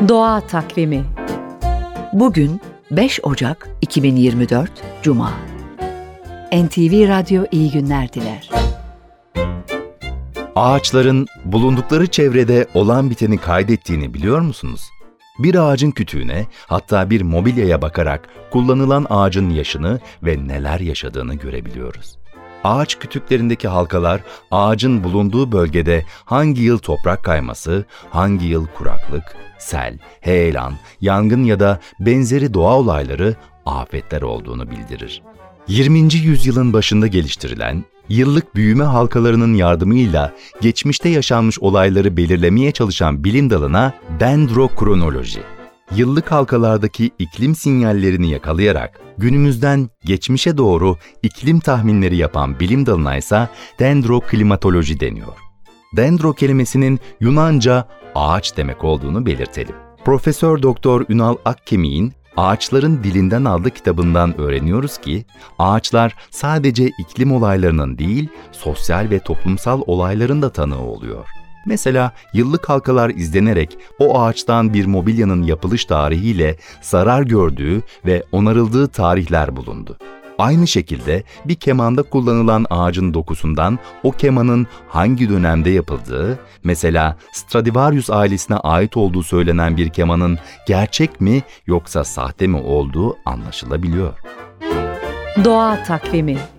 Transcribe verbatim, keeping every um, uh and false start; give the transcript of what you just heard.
Doğa Takvimi. Bugün beş Ocak iki bin yirmi dört Cuma. N T V Radyo iyi günler diler. Ağaçların bulundukları çevrede olan biteni kaydettiğini biliyor musunuz? Bir ağacın kütüğüne, hatta bir mobilyaya bakarak kullanılan ağacın yaşını ve neler yaşadığını görebiliyoruz. Ağaç kütüklerindeki halkalar, ağacın bulunduğu bölgede hangi yıl toprak kayması, hangi yıl kuraklık, sel, heyelan, yangın ya da benzeri doğa olayları, afetler olduğunu bildirir. yirminci yüzyılın başında geliştirilen, yıllık büyüme halkalarının yardımıyla geçmişte yaşanmış olayları belirlemeye çalışan bilim dalına dendrokronoloji. Yıllık halkalardaki iklim sinyallerini yakalayarak günümüzden geçmişe doğru iklim tahminleri yapan bilim dalına ise dendroklimatoloji deniyor. Dendro kelimesinin Yunanca ağaç demek olduğunu belirtelim. Profesör Doktor Ünal Akkemik'in Ağaçların Dilinden adlı kitabından öğreniyoruz ki, ağaçlar sadece iklim olaylarının değil, sosyal ve toplumsal olayların da tanığı oluyor. Mesela yıllık halkalar izlenerek o ağaçtan bir mobilyanın yapılış tarihiyle zarar gördüğü ve onarıldığı tarihler bulundu. Aynı şekilde bir kemanda kullanılan ağacın dokusundan o kemanın hangi dönemde yapıldığı, mesela Stradivarius ailesine ait olduğu söylenen bir kemanın gerçek mi yoksa sahte mi olduğu anlaşılabiliyor. Doğa Takvimi.